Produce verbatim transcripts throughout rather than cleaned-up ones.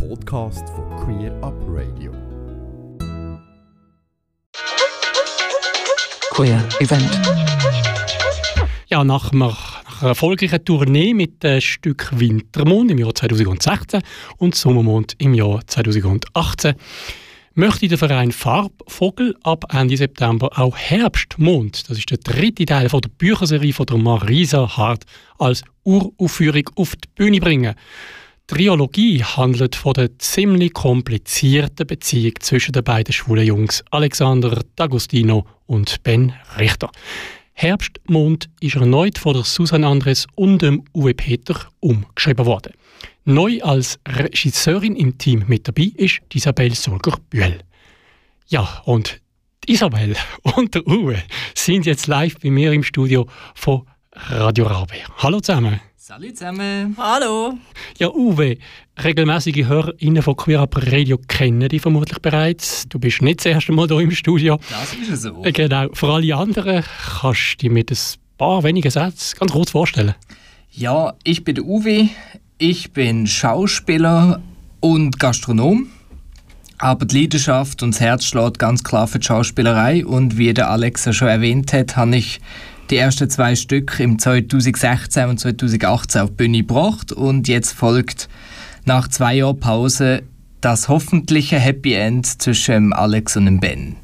Podcast von Queer Up Radio. Queer Event. Ja, nach einer, nach einer erfolgreichen Tournee mit dem Stück Wintermond im Jahr zweitausendsechzehn und Sommermond im Jahr zweitausendachtzehn möchte der Verein Farbvogel ab Ende September auch Herbstmond, das ist der dritte Teil von der Bücherserie von der Marisa Hart, als Uraufführung auf die Bühne bringen. Die Trilogie handelt von der ziemlich komplizierten Beziehung zwischen den beiden schwulen Jungs Alexander D'Agostino und Ben Richter. Herbstmond ist erneut von der Susanne Andres und dem Uwe Peter umgeschrieben worden. Neu als Regisseurin im Team mit dabei ist Isabelle Sulger-Bühl. Ja, und Isabelle und der Uwe sind jetzt live bei mir im Studio von Radio Rabe. Hallo zusammen. Salut zusammen. Hallo. Ja, Uwe, regelmäßige HörerInnen von Queer Up Radio kennen dich vermutlich bereits. Du bist nicht das erste Mal hier im Studio. Das ist so. Genau. Für alle anderen kannst du dich mit ein paar wenigen Sätzen ganz kurz vorstellen. Ja, ich bin der Uwe. Ich bin Schauspieler und Gastronom. Aber die Leidenschaft und das Herz schlägt ganz klar für die Schauspielerei. Und wie der Alex ja schon erwähnt hat, habe ich die ersten zwei Stücke im zweitausendsechzehn und zweitausendachtzehn auf die Bühne gebracht. Und jetzt folgt nach zwei Jahren Pause das hoffentliche Happy End zwischen Alex und dem Ben.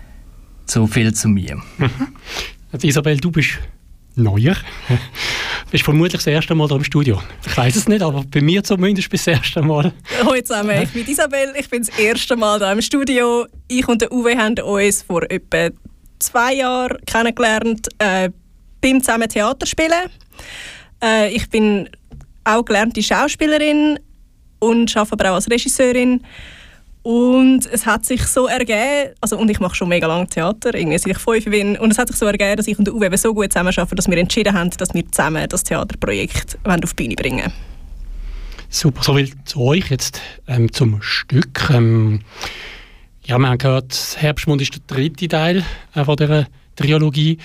So viel zu mir. Also Isabelle, du bist neuer. Du bist vermutlich das erste Mal hier im Studio. Ich weiß es nicht, aber bei mir zumindest bist du das erste Mal. Hallo zusammen, ich bin Isabelle, ich bin das erste Mal hier im Studio. Ich und der Uwe haben uns vor etwa zwei Jahren kennengelernt, äh, beim zusammen Theater spielen. Äh, ich bin auch gelernte Schauspielerin und arbeite aber auch als Regisseurin. Und es hat sich so ergeben, also, und ich mache schon mega lange Theater, irgendwie seit ich fünf bin, und es hat sich so ergeben, dass ich und der Uwe so gut zusammenarbeiten, dass wir entschieden haben, dass wir zusammen das Theaterprojekt auf die Bühne bringen wollen. Super, so viel zu euch jetzt ähm, zum Stück. Ähm, ja, wir haben gehört, Herbstmond ist der dritte Teil äh, von dieser Trilogie.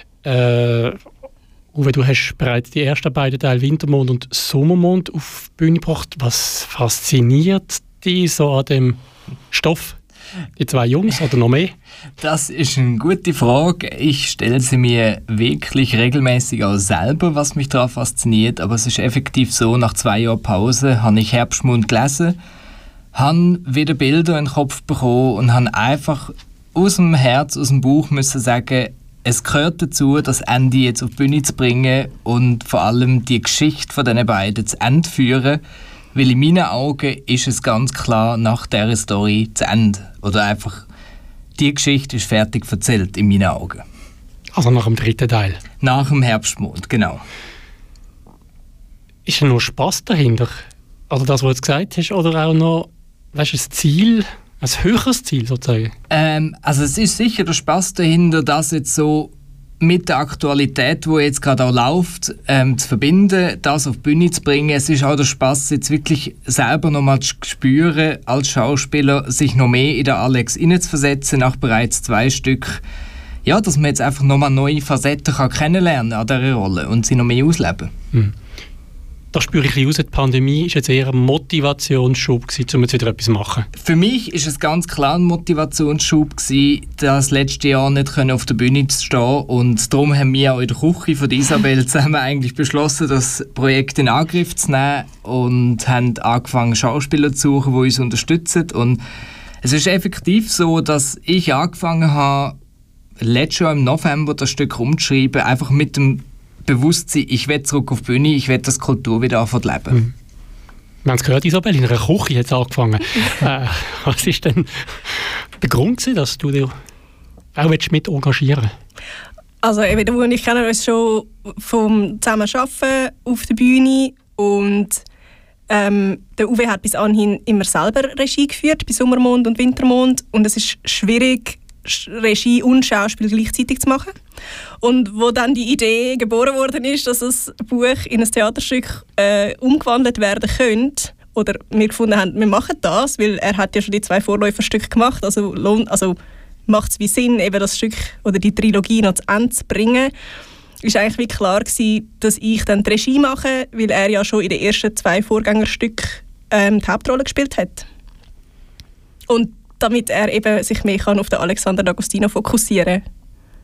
Äh, Uwe, du hast bereits die ersten beiden Teile Wintermond und Sommermond auf die Bühne gebracht. Was fasziniert dich so an dem Stoff? Die zwei Jungs oder noch mehr? Das ist eine gute Frage. Ich stelle sie mir wirklich regelmäßig auch selber, was mich daran fasziniert. Aber es ist effektiv so, nach zwei Jahren Pause habe ich Herbstmond gelesen, habe wieder Bilder in den Kopf bekommen und habe einfach aus dem Herz, aus dem Bauch müssen sagen, es gehört dazu, das Ende jetzt auf die Bühne zu bringen und vor allem die Geschichte von diesen beiden zu Ende führen. Weil in meinen Augen ist es ganz klar nach dieser Story zu Ende. Oder einfach, die Geschichte ist fertig erzählt in meinen Augen. Also nach dem dritten Teil? Nach dem Herbstmond, genau. Ist da noch Spass dahinter? Also das, was du jetzt gesagt hast, oder auch noch, weißt du, ein Ziel, ein höheres Ziel sozusagen? Ähm, also es ist sicher der Spass dahinter, das jetzt so mit der Aktualität, die jetzt gerade auch läuft, ähm, zu verbinden, das auf die Bühne zu bringen. Es ist auch der Spass, jetzt wirklich selber noch mal zu spüren, als Schauspieler, sich noch mehr in den Alex hineinzuversetzen, nach bereits zwei Stück. Ja, dass man jetzt einfach noch mal neue Facetten kann kennenlernen an dieser Rolle und sie noch mehr ausleben. Hm. Da spüre ich raus, die Pandemie war jetzt eher ein Motivationsschub gewesen, um jetzt wieder etwas zu machen. Für mich war es ganz klar ein Motivationsschub gewesen, das letzte Jahr nicht auf der Bühne zu stehen. Und darum haben wir auch in der Küche von Isabelle zusammen eigentlich beschlossen, das Projekt in Angriff zu nehmen und haben angefangen, Schauspieler zu suchen, die uns unterstützen. Und es ist effektiv so, dass ich angefangen habe, letztes Jahr im November das Stück umzuschreiben, einfach mit dem Bewusstsein, ich will zurück auf die Bühne, ich will das Kultur wieder anfangen zu leben. Mhm. Wir haben es gehört, Isabelle, in einer Küche hat es angefangen. äh, was war denn der Grund, dass du dich auch mit engagieren willst? Also eben, der Uwe und ich kennen uns schon vom Zusammenarbeiten auf der Bühne und ähm, der Uwe hat bis anhin immer selber Regie geführt, bei Sommermond und Wintermond, und es ist schwierig, Regie und Schauspiel gleichzeitig zu machen. Und wo dann die Idee geboren worden ist, dass das Buch in ein Theaterstück äh, umgewandelt werden könnte, oder wir gefunden haben, wir machen das, weil er hat ja schon die zwei Vorläuferstücke gemacht, also, also macht es wie Sinn, eben das Stück oder die Trilogie noch zu Ende zu bringen, ist eigentlich wie klar gewesen, dass ich dann die Regie mache, weil er ja schon in den ersten zwei Vorgängerstücken ähm, die Hauptrolle gespielt hat. Und damit er eben sich mehr kann auf den Alexander D'Agostino fokussieren kann.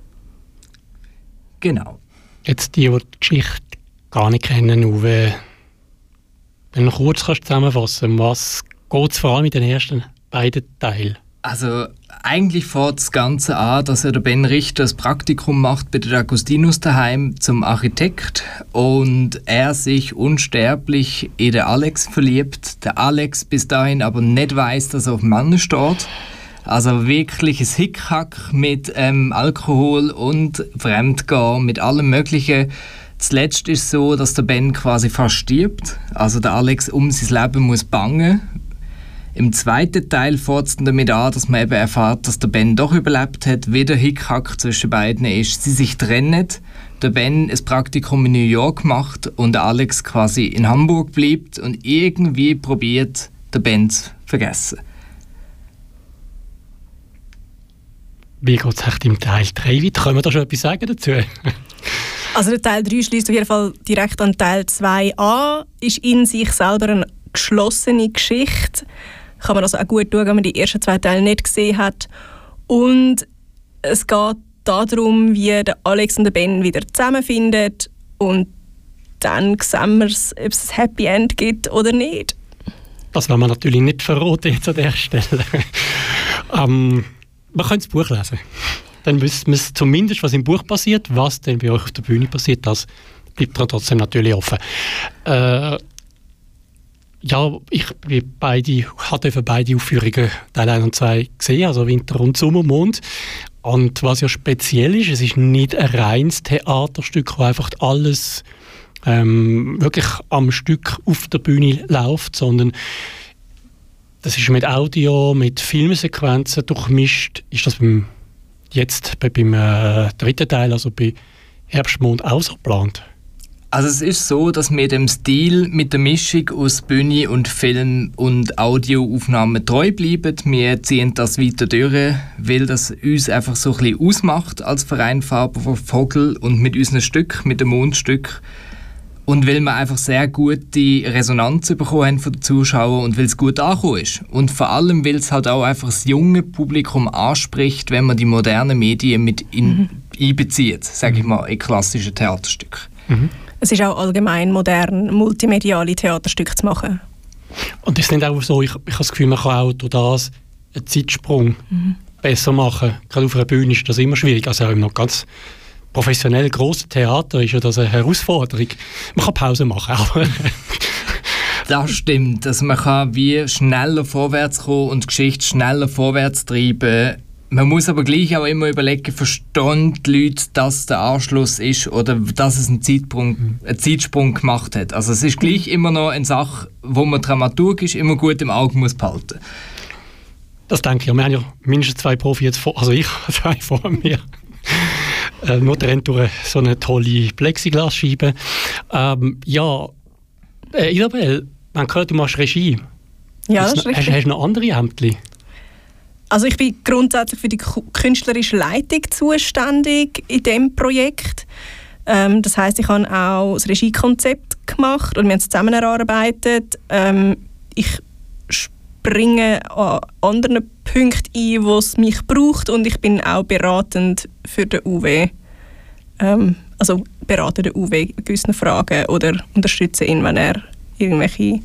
Genau. Jetzt die, die die Geschichte gar nicht kennen, Uwe, wenn du noch kurz kannst zusammenfassen, was geht es vor allem mit den ersten beiden Teilen? Also eigentlich fängt das Ganze an, dass er der Ben Richter das Praktikum macht bei den D'Agostinos daheim zum Architekt und er sich unsterblich in den Alex verliebt. Der Alex bis dahin aber nicht weiss, dass er auf Männer steht. Also wirkliches Hickhack mit ähm, Alkohol und Fremdgehen, mit allem Möglichen. Zuletzt ist es so, dass der Ben quasi fast stirbt. Also der Alex um sein Leben muss bangen. Im zweiten Teil fängt es damit an, dass man eben erfährt, dass der Ben doch überlebt hat, wieder Hickhack zwischen beiden ist. Sie sich trennen, der Ben ein Praktikum in New York macht und der Alex quasi in Hamburg bleibt und irgendwie probiert, den Ben zu vergessen. Wie geht es im Teil drei weiter? Können wir da schon etwas sagen dazu? Also der Teil drei schließt auf jeden Fall direkt an Teil zwei an, ist in sich selber eine geschlossene Geschichte. Kann man also auch gut schauen, wenn man die ersten zwei Teile nicht gesehen hat. Und es geht darum, wie der Alex und der Ben wieder zusammenfinden und dann sehen wir, ob es ein Happy End gibt oder nicht. Das wollen wir natürlich nicht verraten jetzt an der Stelle. ähm, man kann das Buch lesen. Dann wissen wir zumindest, was im Buch passiert. Was dann bei euch auf der Bühne passiert, das bleibt trotzdem natürlich offen. Äh, ja, ich beide, habe beide Aufführungen, Teil eins und zwei, gesehen, also Winter- und Sommermond. Und was ja speziell ist, es ist nicht ein reines Theaterstück, wo einfach alles ähm, wirklich am Stück auf der Bühne läuft, sondern das ist mit Audio, mit Filmsequenzen durchmischt. Ist das beim, jetzt bei, beim äh, dritten Teil, also bei Herbstmond, auch so geplant? Also es ist so, dass wir dem Stil mit der Mischung aus Bühne und Film und Audioaufnahmen treu bleiben. Wir ziehen das weiter durch, weil das uns einfach so ein bisschen ausmacht als Verein Farbe von Vogel und mit unseren Stück, mit dem Mondstück. Und weil wir einfach sehr gute Resonanz bekommen haben von den Zuschauern und weil es gut angekommen ist. Und vor allem, weil es halt auch einfach das junge Publikum anspricht, wenn man die modernen Medien mit in, mhm. einbezieht, sage ich mal, in klassische Theaterstücke. Mhm. Es ist auch allgemein modern, multimediale Theaterstücke zu machen. Und das ist nicht auch so, ich, ich habe das Gefühl, man kann auch durch das einen Zeitsprung mhm. besser machen. Gerade auf einer Bühne ist das immer schwierig. Also auch im noch ganz professionell grossen Theater ist ja das eine Herausforderung. Man kann Pause machen, aber das stimmt. Also man kann wie schneller vorwärts kommen und die Geschichte schneller vorwärts treiben. Man muss aber gleich auch immer überlegen, verstehen die Leute, dass der Anschluss ist oder dass es einen, Zeitpunkt, einen Zeitsprung gemacht hat. Also es ist gleich immer noch eine Sache, wo man dramaturgisch immer gut im Auge muss behalten. Das denke ich. Wir haben ja mindestens zwei Profis jetzt vor, also ich zwei vor mir. äh, nur trennt durch so eine tolle Plexiglasscheibe. Ähm, ja, äh, Isabel, man hört, du machst Regie. Ja, das ist noch, richtig. Hast, hast du noch andere Ämter? Also ich bin grundsätzlich für die künstlerische Leitung zuständig in diesem Projekt. Ähm, das heisst, ich habe auch das Regiekonzept gemacht und wir haben es zusammen erarbeitet. Ähm, ich springe an anderen Punkten ein, wo es mich braucht und ich bin auch beratend für den U W. Ähm, also berate den U W in gewissen Fragen oder unterstütze ihn, wenn er irgendwelche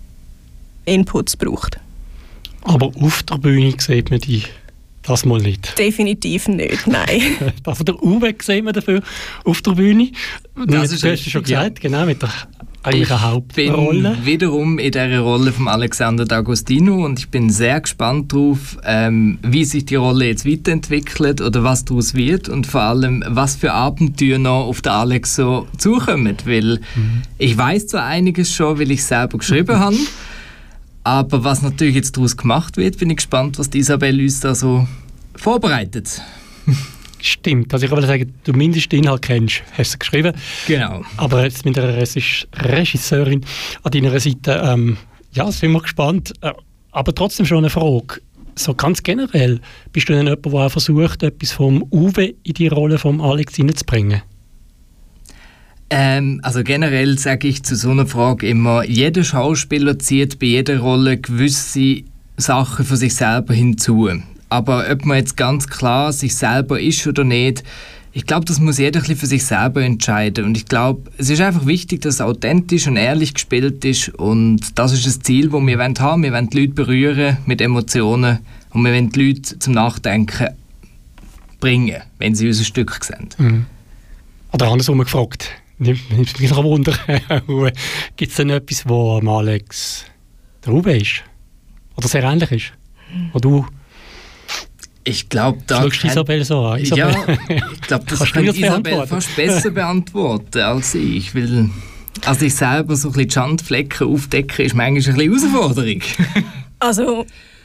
Inputs braucht. Aber auf der Bühne sieht man die das mal nicht. Definitiv nicht, nein. Also der Uwe sieht man dafür auf der Bühne. Das ist du hast schon gesagt, genau, mit der eigentlichen ich Hauptrolle. Ich bin wiederum in dieser Rolle von Alexander D'Agostino und ich bin sehr gespannt darauf, ähm, wie sich die Rolle jetzt weiterentwickelt oder was daraus wird und vor allem, was für Abenteuer noch auf den Alex so zukommen. Weil mhm. ich weiss zwar einiges schon, weil ich es selber geschrieben habe, aber was natürlich jetzt daraus gemacht wird, bin ich gespannt, was die Isabel uns da so vorbereitet. Stimmt, also ich würde sagen, du mindestens den Inhalt kennst, hast du geschrieben. Genau. Aber jetzt mit einer Regisseurin an deiner Seite, ähm, ja, sind wir gespannt. Äh, aber trotzdem schon eine Frage. So ganz generell, bist du denn jemand, der auch versucht, etwas vom Uwe in die Rolle von Alex hineinzubringen? Ähm, also generell sage ich zu so einer Frage immer, jeder Schauspieler zieht bei jeder Rolle gewisse Sachen für sich selber hinzu. Aber ob man jetzt ganz klar sich selber ist oder nicht, ich glaube, das muss jeder ein bisschen für sich selber entscheiden. Und ich glaube, es ist einfach wichtig, dass es authentisch und ehrlich gespielt ist. Und das ist das Ziel, das wir haben wollen. Wir wollen die Leute berühren mit Emotionen und wir wollen die Leute zum Nachdenken bringen, wenn sie unser Stück sehen. Mhm. Oder andersrum gefragt, nimmt mich noch ein Wunder. Gibt es denn etwas, wo am Alex der Uwe ist? Oder sehr ähnlich ist? Wo du Ich glaube, da schaust Isabel so an. Isabel. Ja, ich glaube, das kann Isabel fast besser beantworten als ich. Weil, also ich selber so ein bisschen die Schandflecken aufdecken, ist manchmal eine bisschen Herausforderung. Also,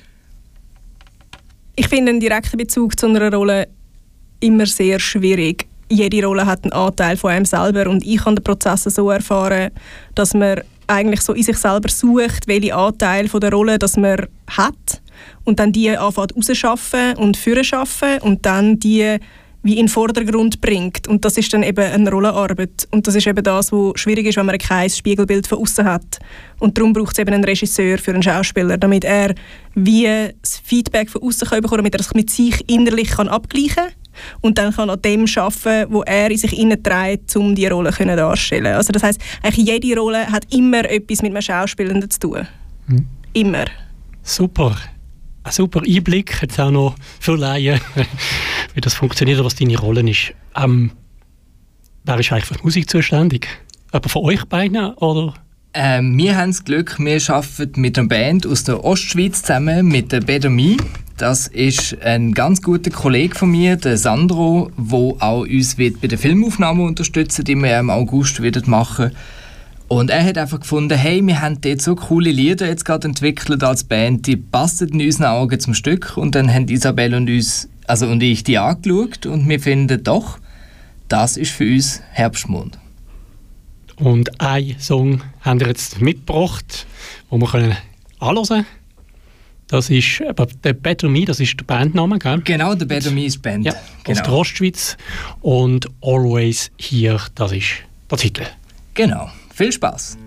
ich finde einen direkten Bezug zu einer Rolle immer sehr schwierig. Jede Rolle hat einen Anteil von einem selber und ich habe den Prozess so erfahren, dass man eigentlich so in sich selber sucht, welche Anteile von der Rolle das man hat und dann die anfängt rauszuschaffen und vorzuschaffen und dann die wie in den Vordergrund bringt. Und das ist dann eben eine Rollenarbeit. Und das ist eben das, was schwierig ist, wenn man kein Spiegelbild von außen hat. Und darum braucht es eben einen Regisseur für einen Schauspieler, damit er wie das Feedback von außen bekommen kann, damit er es mit sich innerlich kann abgleichen kann. Und dann kann er an dem arbeiten, wo er in sich hineinträgt, um diese Rolle darzustellen. Also das heisst, eigentlich jede Rolle hat immer etwas mit einem Schauspielenden zu tun. Mhm. Immer. Super. Ein super Einblick, jetzt auch noch für Laien, wie das funktioniert, was deine Rolle ist. Ähm, wer ist eigentlich für die Musik zuständig? Jemand von euch beiden, oder? Ähm, wir haben das Glück, wir arbeiten mit einer Band aus der Ostschweiz zusammen, mit der Better Me. Das ist ein ganz guter Kollege von mir, der Sandro, der auch uns wird bei der Filmaufnahme unterstützen, die wir im August wieder machen. Und er hat einfach gefunden, hey, wir haben dort so coole Lieder jetzt gerade entwickelt als Band, die passen in unseren Augen zum Stück. Und dann haben Isabel und, uns, also und ich die angeschaut und wir finden doch, das ist für uns Herbstmond. Und einen Song haben wir jetzt mitgebracht, den wir können anhören können. Das ist der Better Me, das ist der Bandname, gell? Genau, der Better Me ist Band. Ja, genau. Aus der Ostschweiz. Und Always Here, das ist der Titel. Genau. Viel Spaß!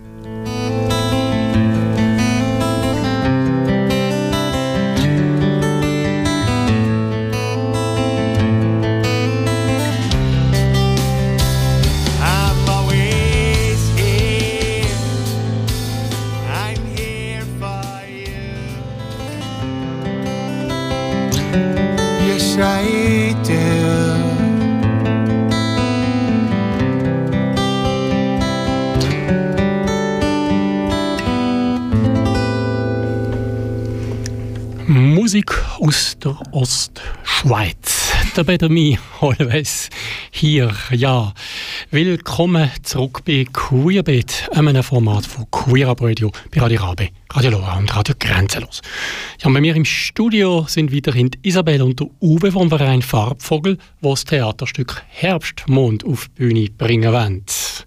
Musik aus der Ostschweiz. Der Better Me, Always Here. Ja, willkommen zurück bei Queerbeat, einem Format von Queer Up Radio bei Radio Rabe, Radio Lora und Radio Grenzenlos. Ja, bei mir im Studio sind weiterhin Isabel und der Uwe vom Verein Farbvogel, die das Theaterstück Herbstmond auf die Bühne bringen wollen.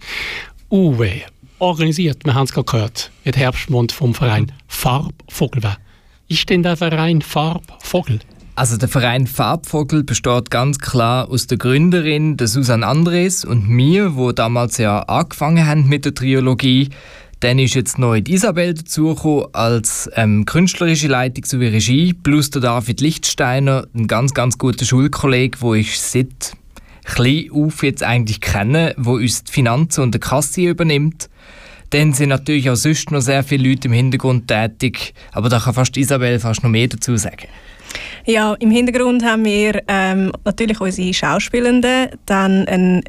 Uwe, organisiert, wir haben es gerade gehört, wird Herbstmond vom Verein Farbvogel. Ist denn der Verein Farbvogel? Also der Verein Farbvogel besteht ganz klar aus der Gründerin, der Susanne Andres und mir, wo damals ja angefangen haben mit der Trilogie. Dann ist jetzt neu die Isabel dazugekommen als ähm, künstlerische Leitung sowie Regie, plus der David Lichtsteiner, ein ganz, ganz guter Schulkollege, wo ich seit klein auf jetzt eigentlich kenne, wo uns die Finanzen und die Kasse übernimmt. Dann sind natürlich auch sonst noch sehr viele Leute im Hintergrund tätig, aber da kann fast Isabel fast noch mehr dazu sagen. Ja, im Hintergrund haben wir ähm, natürlich unsere Schauspielenden, dann einen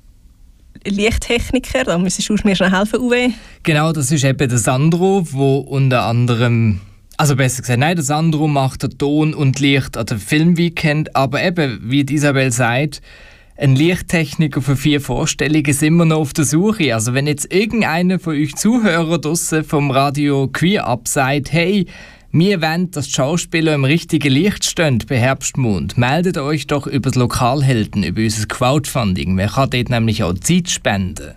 Lichttechniker, da müsstest du mir schnell helfen, Uwe. Genau, das ist eben der Sandro, der unter anderem, also besser gesagt, nein, der Sandro macht den Ton und Licht an dem Filmweekend, aber eben, wie die Isabel sagt, ein Lichttechniker für vier Vorstellungen sind wir noch auf der Suche. Also wenn jetzt irgendeiner von euch Zuhörer draussen vom Radio Queer Up sagt, hey, wir wollen, dass die Schauspieler im richtigen Licht stehen bei Herbstmond, meldet euch doch über das Lokalhelden, über unser Crowdfunding. Man kann dort nämlich auch Zeit spenden.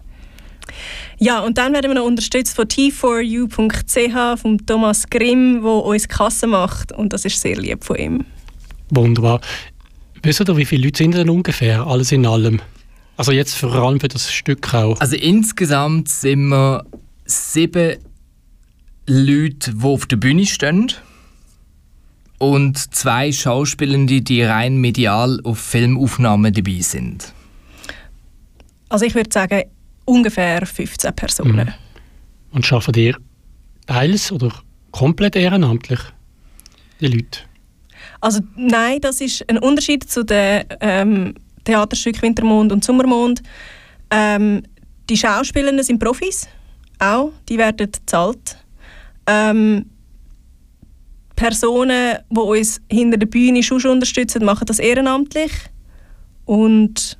Ja, und dann werden wir noch unterstützt von T four U Punkt C H, von Thomas Grimm, der uns die Kasse macht. Und das ist sehr lieb von ihm. Wunderbar. Wisst ihr, wie viele Leute sind denn ungefähr, alles in allem? Also jetzt vor allem für das Stück auch. Also insgesamt sind wir sieben Leute, die auf der Bühne stehen und zwei Schauspielende, die rein medial auf Filmaufnahmen dabei sind. Also ich würde sagen, ungefähr fünfzehn Personen. Mhm. Und arbeiten ihr teils oder komplett ehrenamtlich, die Leute? Also nein, das ist ein Unterschied zu den ähm, Theaterstücken Wintermond und Sommermond. Ähm, die Schauspielerinnen sind Profis, auch, die werden bezahlt. Ähm, Personen, die uns hinter der Bühne schon unterstützen, machen das ehrenamtlich. Und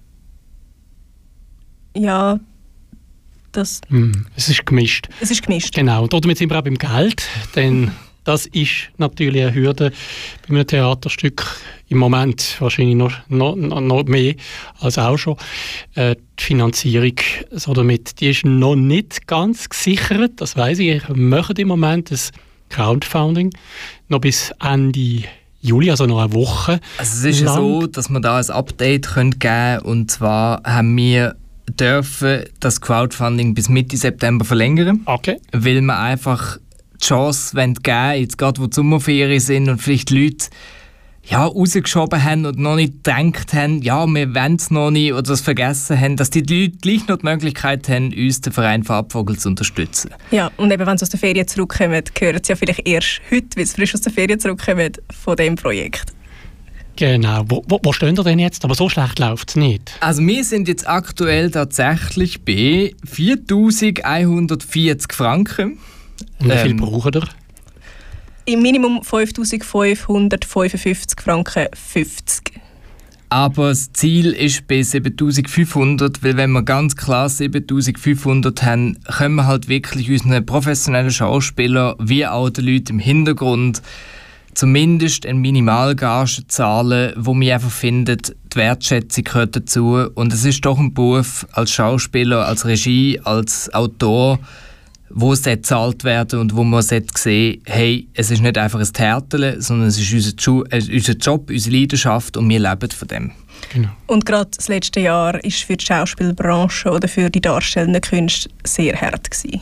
ja, das... Mm, es ist gemischt. Es ist gemischt. Genau, und damit sind wir auch beim Geld, denn das ist natürlich eine Hürde bei einem Theaterstück. Im Moment wahrscheinlich noch, noch, noch mehr als auch schon. Äh, die Finanzierung so damit, die ist noch nicht ganz gesichert. Das weiss ich. Wir machen im Moment ein Crowdfunding noch bis Ende Juli, also noch eine Woche. Also es ist ja so, dass wir da ein Update geben können. Und zwar haben wir dürfen das Crowdfunding bis Mitte September verlängern. Okay. Weil wir einfach die Chance geben wollen, jetzt gerade wo die Sommerferien sind und vielleicht die Leute ja, rausgeschoben haben und noch nicht gedacht haben, ja, wir wollen es noch nicht oder es vergessen haben, dass die Leute gleich noch die Möglichkeit haben, uns, den Verein Farbvogel, zu unterstützen. Ja, und eben, wenn sie aus der Ferien zurückkommen, hören sie ja vielleicht erst heute, weil sie frisch aus der Ferien zurückkommen, von diesem Projekt. Genau. Wo, wo, wo stehen wir denn jetzt? Aber so schlecht läuft es nicht. Also wir sind jetzt aktuell tatsächlich bei viertausendeinhundertvierzig Franken. Und wie viel ähm, brauchen ihr? Im Minimum fünftausendfünfhundertfünfundfünfzig Franken fünfzig. Aber das Ziel ist bei siebentausendfünfhundert, weil wenn wir ganz klar siebentausendfünfhundert haben, können wir halt wirklich unseren professionellen Schauspielern wie auch den Leuten im Hintergrund zumindest eine Minimalgage zahlen, wo wir einfach finden, die Wertschätzung gehört dazu. Und es ist doch ein Beruf als Schauspieler, als Regie, als Autor, wo es gezahlt werden und wo man sehen, hey, es ist nicht einfach ein Theater, sondern es ist unser, Ju- äh, unser Job, unsere Leidenschaft und wir leben von dem. Genau. Und gerade das letzte Jahr war für die Schauspielbranche oder für die darstellenden Künste sehr hart gewesen.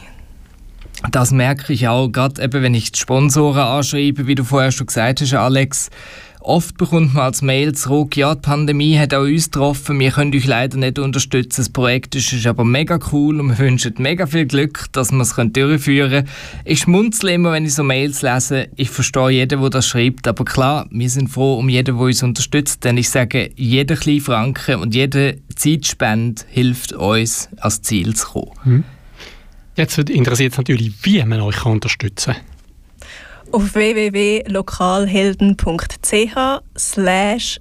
Das merke ich auch, gerade eben, wenn ich die Sponsoren anschreibe, wie du vorher schon gesagt hast, Alex. Oft bekommt man als Mail zurück, ja, die Pandemie hat auch uns getroffen, wir können euch leider nicht unterstützen, das Projekt ist aber mega cool und wir wünschen mega viel Glück, dass wir es durchführen können. Ich schmunzle immer, wenn ich so Mails lese, ich verstehe jeden, der das schreibt, aber klar, wir sind froh um jeden, der uns unterstützt, denn ich sage, jeder kleine Franken und jede Zeitspende hilft uns, ans Ziel zu kommen. Mhm. Jetzt interessiert es natürlich, wie man euch unterstützen kann. Auf w w w punkt lokalhelden punkt c h slash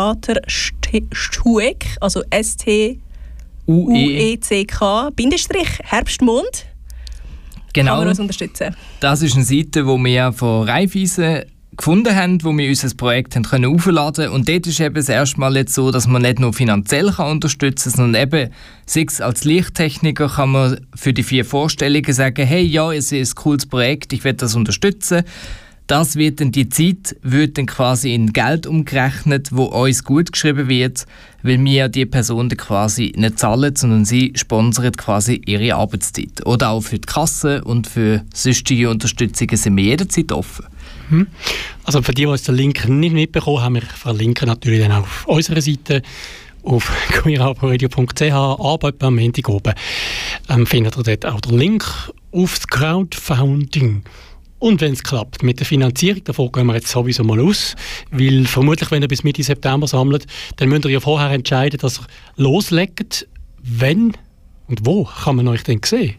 theaterstueck, also S T U E C K, Bindestrich, Herbstmond, genau. Kann man uns unterstützen. Das ist eine Seite, die wir von Raiffeisen gefunden haben, wo wir unser Projekt haben können aufladen. Und dort ist eben das erste Mal jetzt so, dass man nicht nur finanziell kann unterstützen kann, sondern eben, sei es als Lichttechniker, kann man für die vier Vorstellungen sagen, hey, ja, es ist ein cooles Projekt, ich will das unterstützen. Das wird dann, die Zeit wird dann quasi in Geld umgerechnet, wo uns gut geschrieben wird, weil wir die Person dann quasi nicht zahlen, sondern sie sponsern quasi ihre Arbeitszeit. Oder auch für die Kasse und für sonstige Unterstützungen sind wir jederzeit offen. Also für die, die uns den Link nicht mitbekommen haben, wir verlinken natürlich dann auf unserer Seite auf queer up radio punkt c h, aber am Montag oben ähm, findet ihr dort auch den Link auf das Crowdfunding. Und wenn es klappt mit der Finanzierung, davon gehen wir jetzt sowieso mal aus, weil vermutlich, wenn ihr bis Mitte September sammelt, dann müsst ihr ja vorher entscheiden, dass ihr loslegt. Wenn und wo kann man euch denn sehen?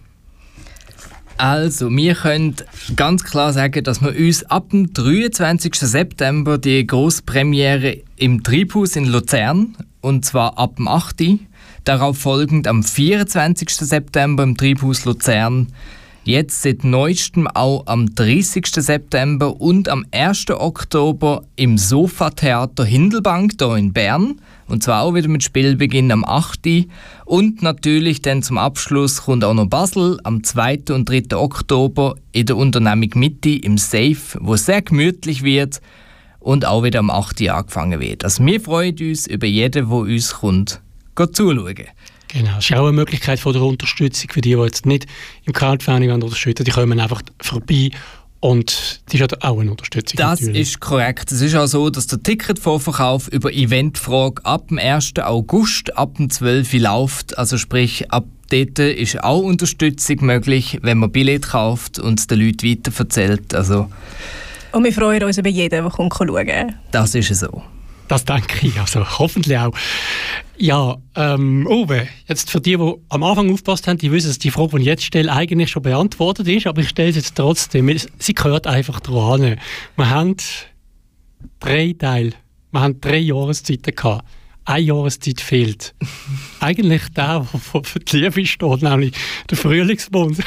Also, wir können ganz klar sagen, dass wir uns ab dem dreiundzwanzigsten September die Grosspremiere im Treibhaus in Luzern, und zwar ab dem achten Darauf folgend am vierundzwanzigsten September im Treibhaus Luzern. Jetzt seit neuestem auch am dreißigsten September und am ersten Oktober im Sofa-Theater Hindelbank hier in Bern. Und zwar auch wieder mit Spielbeginn am achten Und natürlich dann zum Abschluss kommt auch noch Basel am zweiten und dritten Oktober in der Unternehmung Mitte im Safe, wo sehr gemütlich wird und auch wieder am achten angefangen wird. Also wir freuen uns über jeden, der uns kommt zuschauen. Genau, das ist auch eine Möglichkeit von der Unterstützung für die, die jetzt nicht im Crowdfunding unterstützen. Die kommen einfach vorbei und das ist ja auch eine Unterstützung. Das natürlich. ist korrekt. Es ist auch so, dass der Ticketvorverkauf über Eventfrage ab dem ersten August ab dem zwölften läuft. Also sprich, ab dort ist auch Unterstützung möglich, wenn man Billett kauft und es den Leuten weiterverzählt. Also, und wir freuen uns über jeden, der kommt schauen. Das ist so. Das denke ich, also hoffentlich auch. Ja, ähm, Uwe, jetzt für die, die am Anfang aufgepasst haben, die wissen, dass die Frage, die ich jetzt stelle, eigentlich schon beantwortet ist, aber ich stelle sie jetzt trotzdem. Sie gehört einfach dran. Wir haben drei Teile, wir haben drei Jahreszeiten gehabt. Eine Jahreszeit fehlt. Eigentlich der, der für die Liebe steht, nämlich der Frühlingsmond.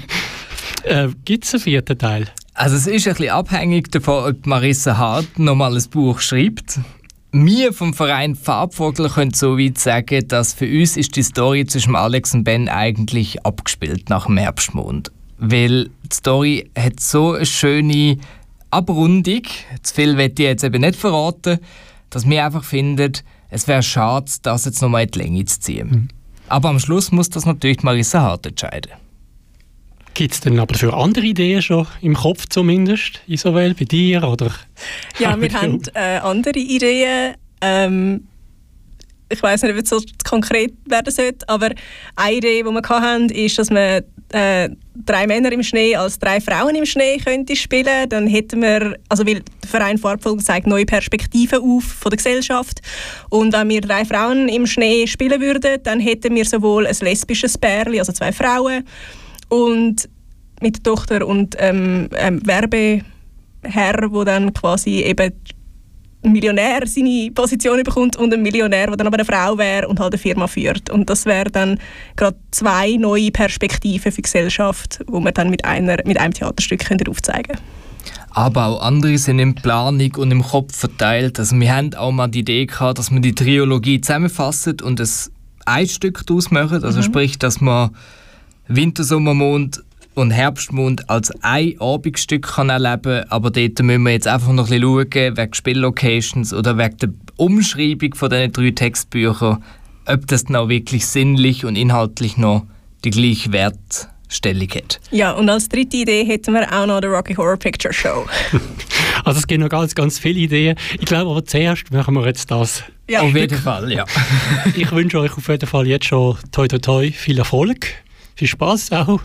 äh, Gibt es einen vierten Teil? Also es ist ein bisschen abhängig davon, ob Marissa Hart nochmal ein Buch schreibt. Wir vom Verein Farbvogel können so weit sagen, dass für uns ist die Story zwischen Alex und Ben eigentlich abgespielt nach dem Herbstmond. Weil die Story hat so eine schöne Abrundung, zu viel will ich jetzt eben nicht verraten, dass wir einfach finden, es wäre schade, das jetzt nochmal in die Länge zu ziehen. Mhm. Aber am Schluss muss das natürlich Marissa Hart entscheiden. Gibt es denn aber für andere Ideen schon im Kopf zumindest, Isabel, bei dir? Oder? Ja, wir haben äh, andere Ideen. Ähm, ich weiss nicht, ob es so konkret werden sollte, aber eine Idee, die wir hatten, ist, dass man äh, drei Männer im Schnee als drei Frauen im Schnee könnte spielen. Dann hätten wir, also weil der Verein Farbvogel zeigt neue Perspektiven auf von der Gesellschaft. Und wenn wir drei Frauen im Schnee spielen würden, dann hätten wir sowohl ein lesbisches Pärchen, also zwei Frauen, und mit der Tochter und ähm, ähm, Werbeherr, wo dann quasi eben ein Millionär seine Position bekommt und ein Millionär, der dann aber eine Frau wäre und halt eine Firma führt. Und das wären dann gerade zwei neue Perspektiven für die Gesellschaft, die man dann mit, einer, mit einem Theaterstück aufzeigen können. Aber auch andere sind in Planung und im Kopf verteilt. Also wir haben auch mal die Idee gehabt, dass wir die Trilogie zusammenfassen und ein, ein Stück daraus machen. Also mhm. sprich, dass man Winter, Sommermond und Herbstmond als ein Abendstück kann erleben kann. Aber dort müssen wir jetzt einfach noch ein bisschen schauen, wegen Spiellocations oder wegen der Umschreibung von diesen drei Textbüchern, ob das dann auch wirklich sinnlich und inhaltlich noch die gleiche Wertstellung hat. Ja, und als dritte Idee hätten wir auch noch die Rocky Horror Picture Show. Also es gibt noch ganz, ganz viele Ideen. Ich glaube aber zuerst machen wir jetzt das. Ja, auf jeden Fall, ja. Ich wünsche euch auf jeden Fall jetzt schon toi toi toi viel Erfolg. Viel Spass auch.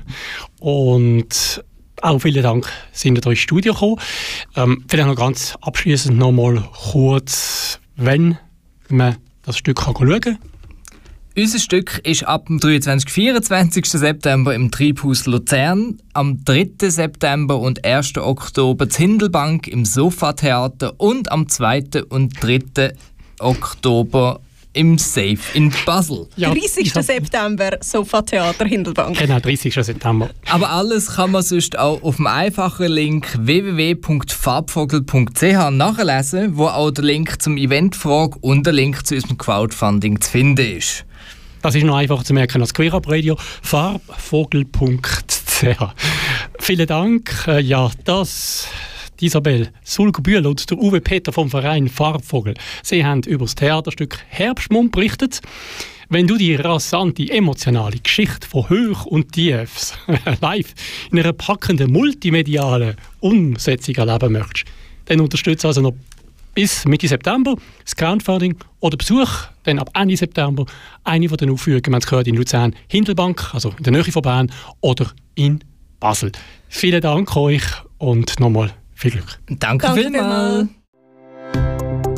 Und auch vielen Dank, sind ihr ins Studio gekommen. Ähm, vielleicht noch ganz abschließend noch mal kurz, wenn man das Stück kann schauen kann. Unser Stück ist ab dem dreiundzwanzigsten bis vierundzwanzigsten September im Treibhaus Luzern, am dritten September und ersten Oktober in Hindelbank im Sofa-Theater und am zweiten und dritten Oktober im Safe in Basel. Ja, dreißigsten September, Sofa-Theater Hindelbank. Genau, dreißigsten September. Aber alles kann man sonst auch auf dem einfachen Link w w w punkt farbvogel punkt c h nachlesen, wo auch der Link zum Eventfrage und der Link zu unserem Crowdfunding zu finden ist. Das ist noch einfach zu merken als Queer Up Radio, farbvogel punkt c h. Vielen Dank. Äh, ja, das... Isabel Sulger-Bühl und der Uwe Peter vom Verein Farbvogel. Sie haben über das Theaterstück Herbstmond berichtet. Wenn du die rasante, emotionale Geschichte von Hoch und Tiefs live in einer packenden, multimedialen Umsetzung erleben möchtest, dann unterstütze also noch bis Mitte September das Crowdfunding oder Besuch dann ab Ende September eine von den Aufführungen, wir haben es gehört, in Luzern, Hindelbank, also in der Nähe von Bern, oder in Basel. Vielen Dank euch und nochmal viel Glück. Danke, Danke vielmals.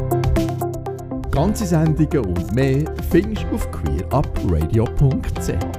Ganze Sendungen und mehr findest du auf queer up radio punkt c h.